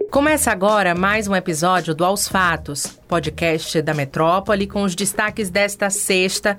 Começa agora mais um episódio do Aos Fatos, podcast da Metrópole com os destaques desta sexta,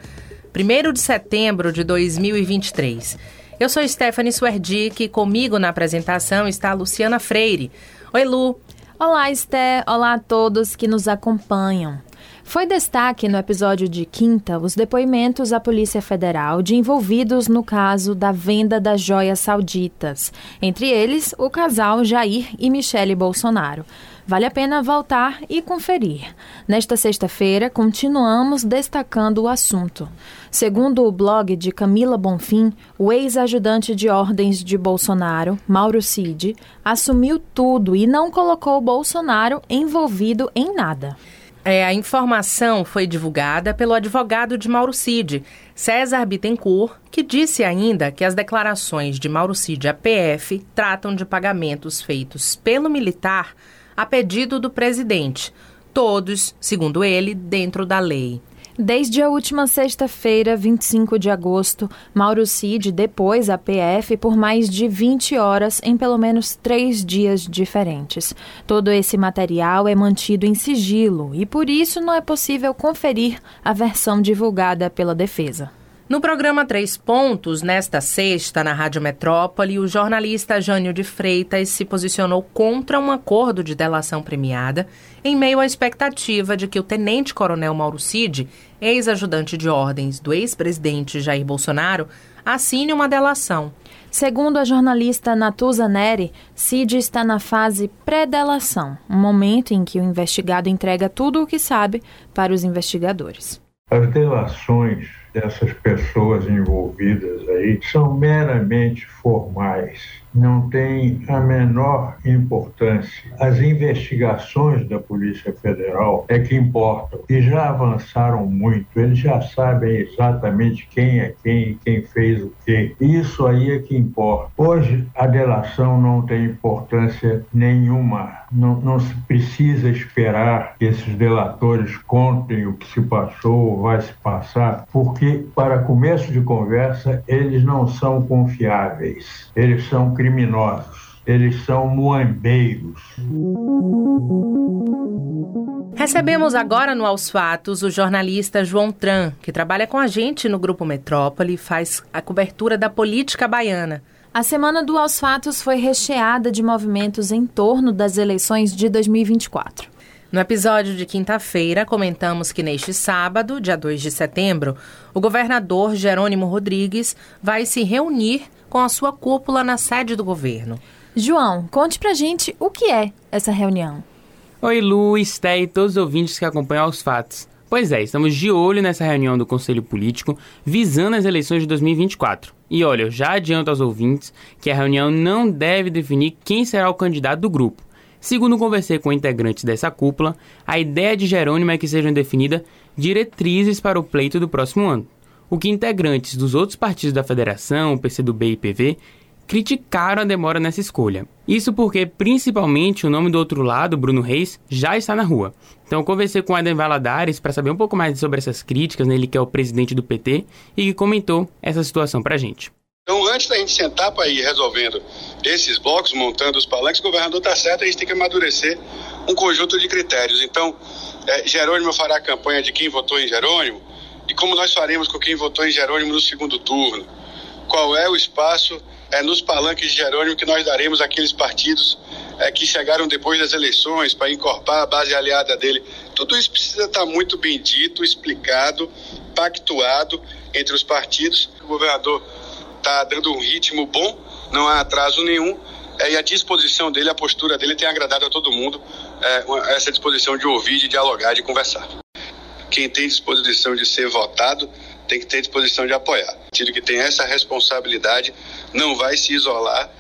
1º de setembro de 2023. Eu sou Stephanie Swerdick e comigo na apresentação está a Luciana Freire. Oi, Lu. Olá, Esté. Olá a todos que nos acompanham. Foi destaque no episódio de quinta os depoimentos à Polícia Federal de envolvidos no caso da venda das joias sauditas. Entre eles, o casal Jair e Michele Bolsonaro. Vale a pena voltar e conferir. Nesta sexta-feira, continuamos destacando o assunto. Segundo o blog de Camila Bonfim, o ex-ajudante de ordens de Bolsonaro, Mauro Cid, assumiu tudo e não colocou Bolsonaro envolvido em nada. A informação foi divulgada pelo advogado de Mauro Cid, César Bittencourt, que disse ainda que as declarações de Mauro Cid à PF tratam de pagamentos feitos pelo militar a pedido do presidente, todos, segundo ele, dentro da lei. Desde a última sexta-feira, 25 de agosto, Mauro Cid depôs a PF por mais de 20 horas em pelo menos 3 dias diferentes. Todo esse material é mantido em sigilo e, por isso, não é possível conferir a versão divulgada pela defesa. No programa 3 Pontos, nesta sexta, na Rádio Metrópole, o jornalista Jânio de Freitas se posicionou contra um acordo de delação premiada em meio à expectativa de que o tenente-coronel Mauro Cid, ex-ajudante de ordens do ex-presidente Jair Bolsonaro, assine uma delação. Segundo a jornalista Natuza Neri, Cid está na fase pré-delação, um momento em que o investigado entrega tudo o que sabe para os investigadores. As delações dessas pessoas envolvidas aí são meramente formais, não tem a menor importância. As investigações da Polícia Federal é que importam e já avançaram muito, eles já sabem exatamente quem é quem fez o quê. Isso aí é que importa. Hoje a delação não tem importância nenhuma, não se precisa esperar que esses delatores contem o que se passou ou vai se passar, porque para começo de conversa eles não são confiáveis, eles são criminosos, eles são muambeiros. Recebemos agora no Aos Fatos o jornalista João Tran, que trabalha com a gente no Grupo Metrópole e faz a cobertura da política baiana. A semana do Aos Fatos foi recheada de movimentos em torno das eleições de 2024. No episódio de quinta-feira, comentamos que neste sábado, dia 2 de setembro, o governador Jerônimo Rodrigues vai se reunir com a sua cúpula na sede do governo. João, conte pra gente o que é essa reunião. Oi, Lu, Esté e todos os ouvintes que acompanham Aos Fatos. Pois é, estamos de olho nessa reunião do Conselho Político visando as eleições de 2024. E olha, eu já adianto aos ouvintes que a reunião não deve definir quem será o candidato do grupo. Segundo conversei com integrantes dessa cúpula, a ideia de Jerônimo é que sejam definidas diretrizes para o pleito do próximo ano. O que integrantes dos outros partidos da federação, PCdoB e PV, criticaram a demora nessa escolha. Isso porque, principalmente, o nome do outro lado, Bruno Reis, já está na rua. Então eu conversei com Adem Valadares para saber um pouco mais sobre essas críticas, ele que é o presidente do PT, e que comentou essa situação para a gente. Então, antes da gente sentar para ir resolvendo esses blocos, montando os palanques, o governador está certo, a gente tem que amadurecer um conjunto de critérios. Então, Jerônimo fará a campanha de quem votou em Jerônimo, e como nós faremos com quem votou em Jerônimo no segundo turno. Qual é o espaço nos palanques de Jerônimo que nós daremos àqueles partidos que chegaram depois das eleições para encorpar a base aliada dele. Tudo isso precisa estar muito bem dito, explicado, pactuado entre os partidos. O governador está dando um ritmo bom, não há atraso nenhum, e a disposição dele, a postura dele tem agradado a todo mundo, essa disposição de ouvir, de dialogar, de conversar. Quem tem disposição de ser votado tem que ter disposição de apoiar. O partido que tem essa responsabilidade não vai se isolar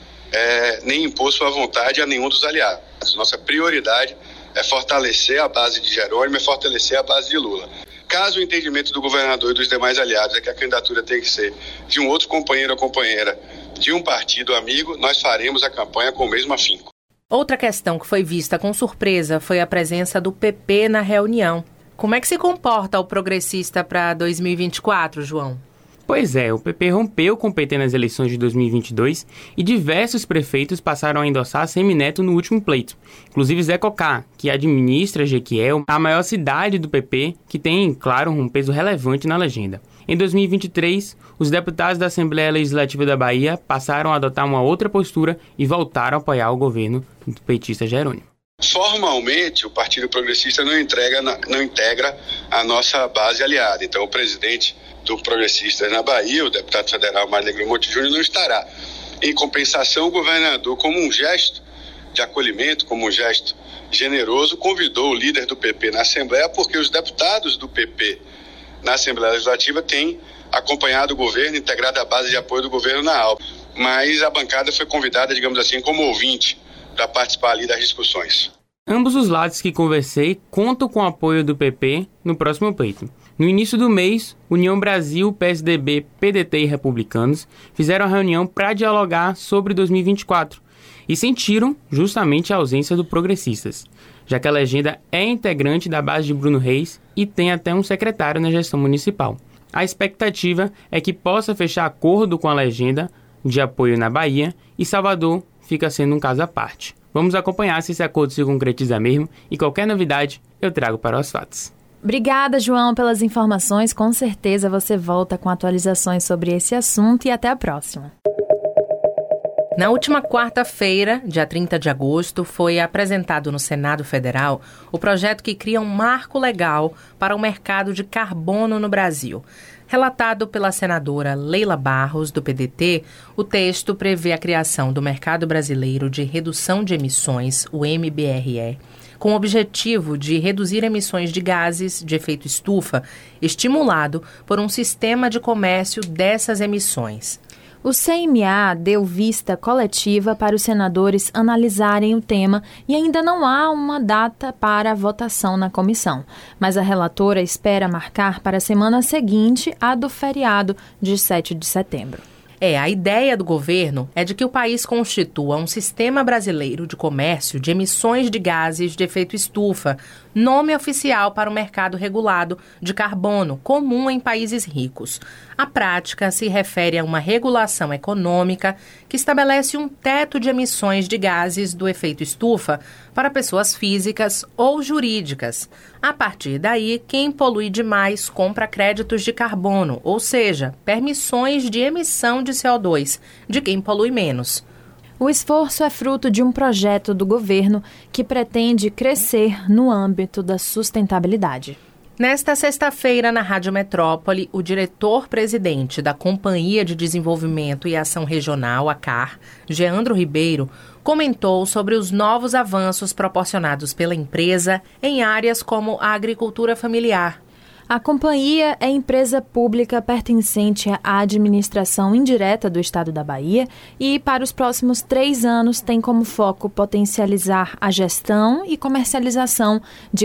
nem impor sua vontade a nenhum dos aliados. Nossa prioridade é fortalecer a base de Jerônimo, é fortalecer a base de Lula. Caso o entendimento do governador e dos demais aliados é que a candidatura tem que ser de um outro companheiro ou companheira de um partido amigo, nós faremos a campanha com o mesmo afinco. Outra questão que foi vista com surpresa foi a presença do PP na reunião. Como é que se comporta o progressista para 2024, João? Pois é, o PP rompeu com o PT nas eleições de 2022 e diversos prefeitos passaram a endossar Semineto no último pleito. Inclusive Zé Cocá, que administra Jequié, a maior cidade do PP, que tem, claro, um peso relevante na legenda. Em 2023, os deputados da Assembleia Legislativa da Bahia passaram a adotar uma outra postura e voltaram a apoiar o governo do petista Jerônimo. Formalmente, o Partido Progressista não integra a nossa base aliada. Então, o presidente do Progressistas na Bahia, o deputado federal Mário Negromonte Júnior, não estará. Em compensação, o governador, como um gesto de acolhimento, como um gesto generoso, convidou o líder do PP na Assembleia, porque os deputados do PP na Assembleia Legislativa têm acompanhado o governo, integrado a base de apoio do governo na ALPA. Mas a bancada foi convidada, digamos assim, como ouvinte, para participar ali das discussões. Ambos os lados que conversei contam com o apoio do PP no próximo pleito. No início do mês, União Brasil, PSDB, PDT e Republicanos fizeram a reunião para dialogar sobre 2024 e sentiram justamente a ausência do Progressistas, já que a legenda é integrante da base de Bruno Reis e tem até um secretário na gestão municipal. A expectativa é que possa fechar acordo com a legenda de apoio na Bahia e Salvador fica sendo um caso à parte. Vamos acompanhar se esse acordo se concretiza mesmo e qualquer novidade eu trago para os fatos. Obrigada, João, pelas informações. Com certeza você volta com atualizações sobre esse assunto e até a próxima. Na última quarta-feira, dia 30 de agosto, foi apresentado no Senado Federal o projeto que cria um marco legal para o mercado de carbono no Brasil. Relatado pela senadora Leila Barros, do PDT, o texto prevê a criação do Mercado Brasileiro de Redução de Emissões, o MBRE, com o objetivo de reduzir emissões de gases de efeito estufa, estimulado por um sistema de comércio dessas emissões. O CMA deu vista coletiva para os senadores analisarem o tema e ainda não há uma data para a votação na comissão. Mas a relatora espera marcar para a semana seguinte a do feriado de 7 de setembro. A ideia do governo é de que o país constitua um sistema brasileiro de comércio de emissões de gases de efeito estufa, nome oficial para o mercado regulado de carbono, comum em países ricos. A prática se refere a uma regulação econômica que estabelece um teto de emissões de gases do efeito estufa para pessoas físicas ou jurídicas. A partir daí, quem polui demais compra créditos de carbono, ou seja, permissões de emissão de CO2, de quem polui menos. O esforço é fruto de um projeto do governo que pretende crescer no âmbito da sustentabilidade. Nesta sexta-feira, na Rádio Metrópole, o diretor-presidente da Companhia de Desenvolvimento e Ação Regional, a CAR, Geandro Ribeiro, comentou sobre os novos avanços proporcionados pela empresa em áreas como a agricultura familiar. A companhia é empresa pública pertencente à administração indireta do estado da Bahia e, para os próximos 3 anos, tem como foco potencializar a gestão e comercialização de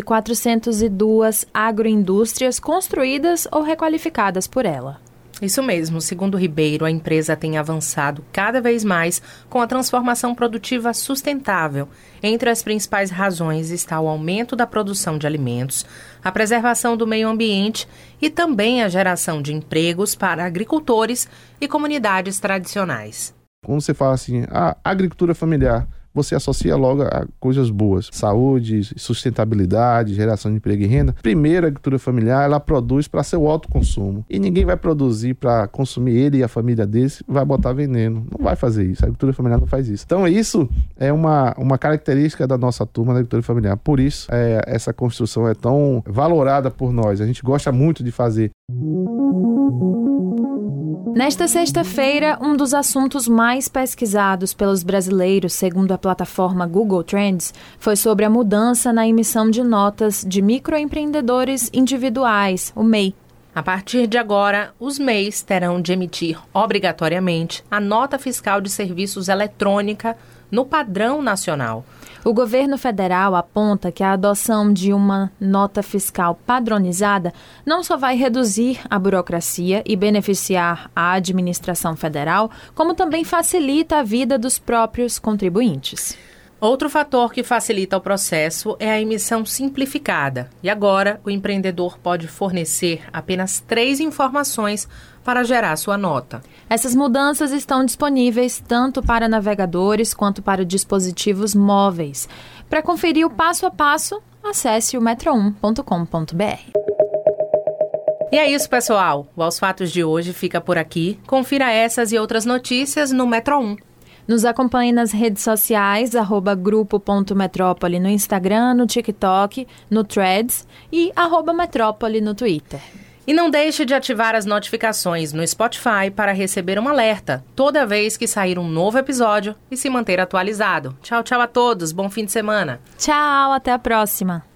402 agroindústrias construídas ou requalificadas por ela. Isso mesmo, segundo Ribeiro, a empresa tem avançado cada vez mais com a transformação produtiva sustentável. Entre as principais razões está o aumento da produção de alimentos, a preservação do meio ambiente e também a geração de empregos para agricultores e comunidades tradicionais. Quando você fala assim, agricultura familiar, você associa logo a coisas boas. Saúde, sustentabilidade, geração de emprego e renda. Primeiro, a agricultura familiar, ela produz para seu autoconsumo. E ninguém vai produzir para consumir ele e a família dele, vai botar veneno. Não vai fazer isso. A agricultura familiar não faz isso. Então, isso é uma característica da nossa turma da agricultura familiar. Por isso, essa construção é tão valorada por nós. A gente gosta muito de fazer. Nesta sexta-feira, um dos assuntos mais pesquisados pelos brasileiros, segundo a plataforma Google Trends, foi sobre a mudança na emissão de notas de microempreendedores individuais, o MEI. A partir de agora, os MEIs terão de emitir obrigatoriamente a nota fiscal de serviços eletrônica no padrão nacional. O governo federal aponta que a adoção de uma nota fiscal padronizada não só vai reduzir a burocracia e beneficiar a administração federal, como também facilita a vida dos próprios contribuintes. Outro fator que facilita o processo é a emissão simplificada. E agora, o empreendedor pode fornecer apenas 3 informações para gerar sua nota. Essas mudanças estão disponíveis tanto para navegadores quanto para dispositivos móveis. Para conferir o passo a passo, acesse o metro1.com.br. E é isso, pessoal. O Aos Fatos de hoje fica por aqui. Confira essas e outras notícias no Metro 1. Nos acompanhe nas redes sociais, @grupo.metrópole no Instagram, no TikTok, no Threads e @metrópole no Twitter. E não deixe de ativar as notificações no Spotify para receber um alerta toda vez que sair um novo episódio e se manter atualizado. Tchau, tchau a todos. Bom fim de semana. Tchau, até a próxima.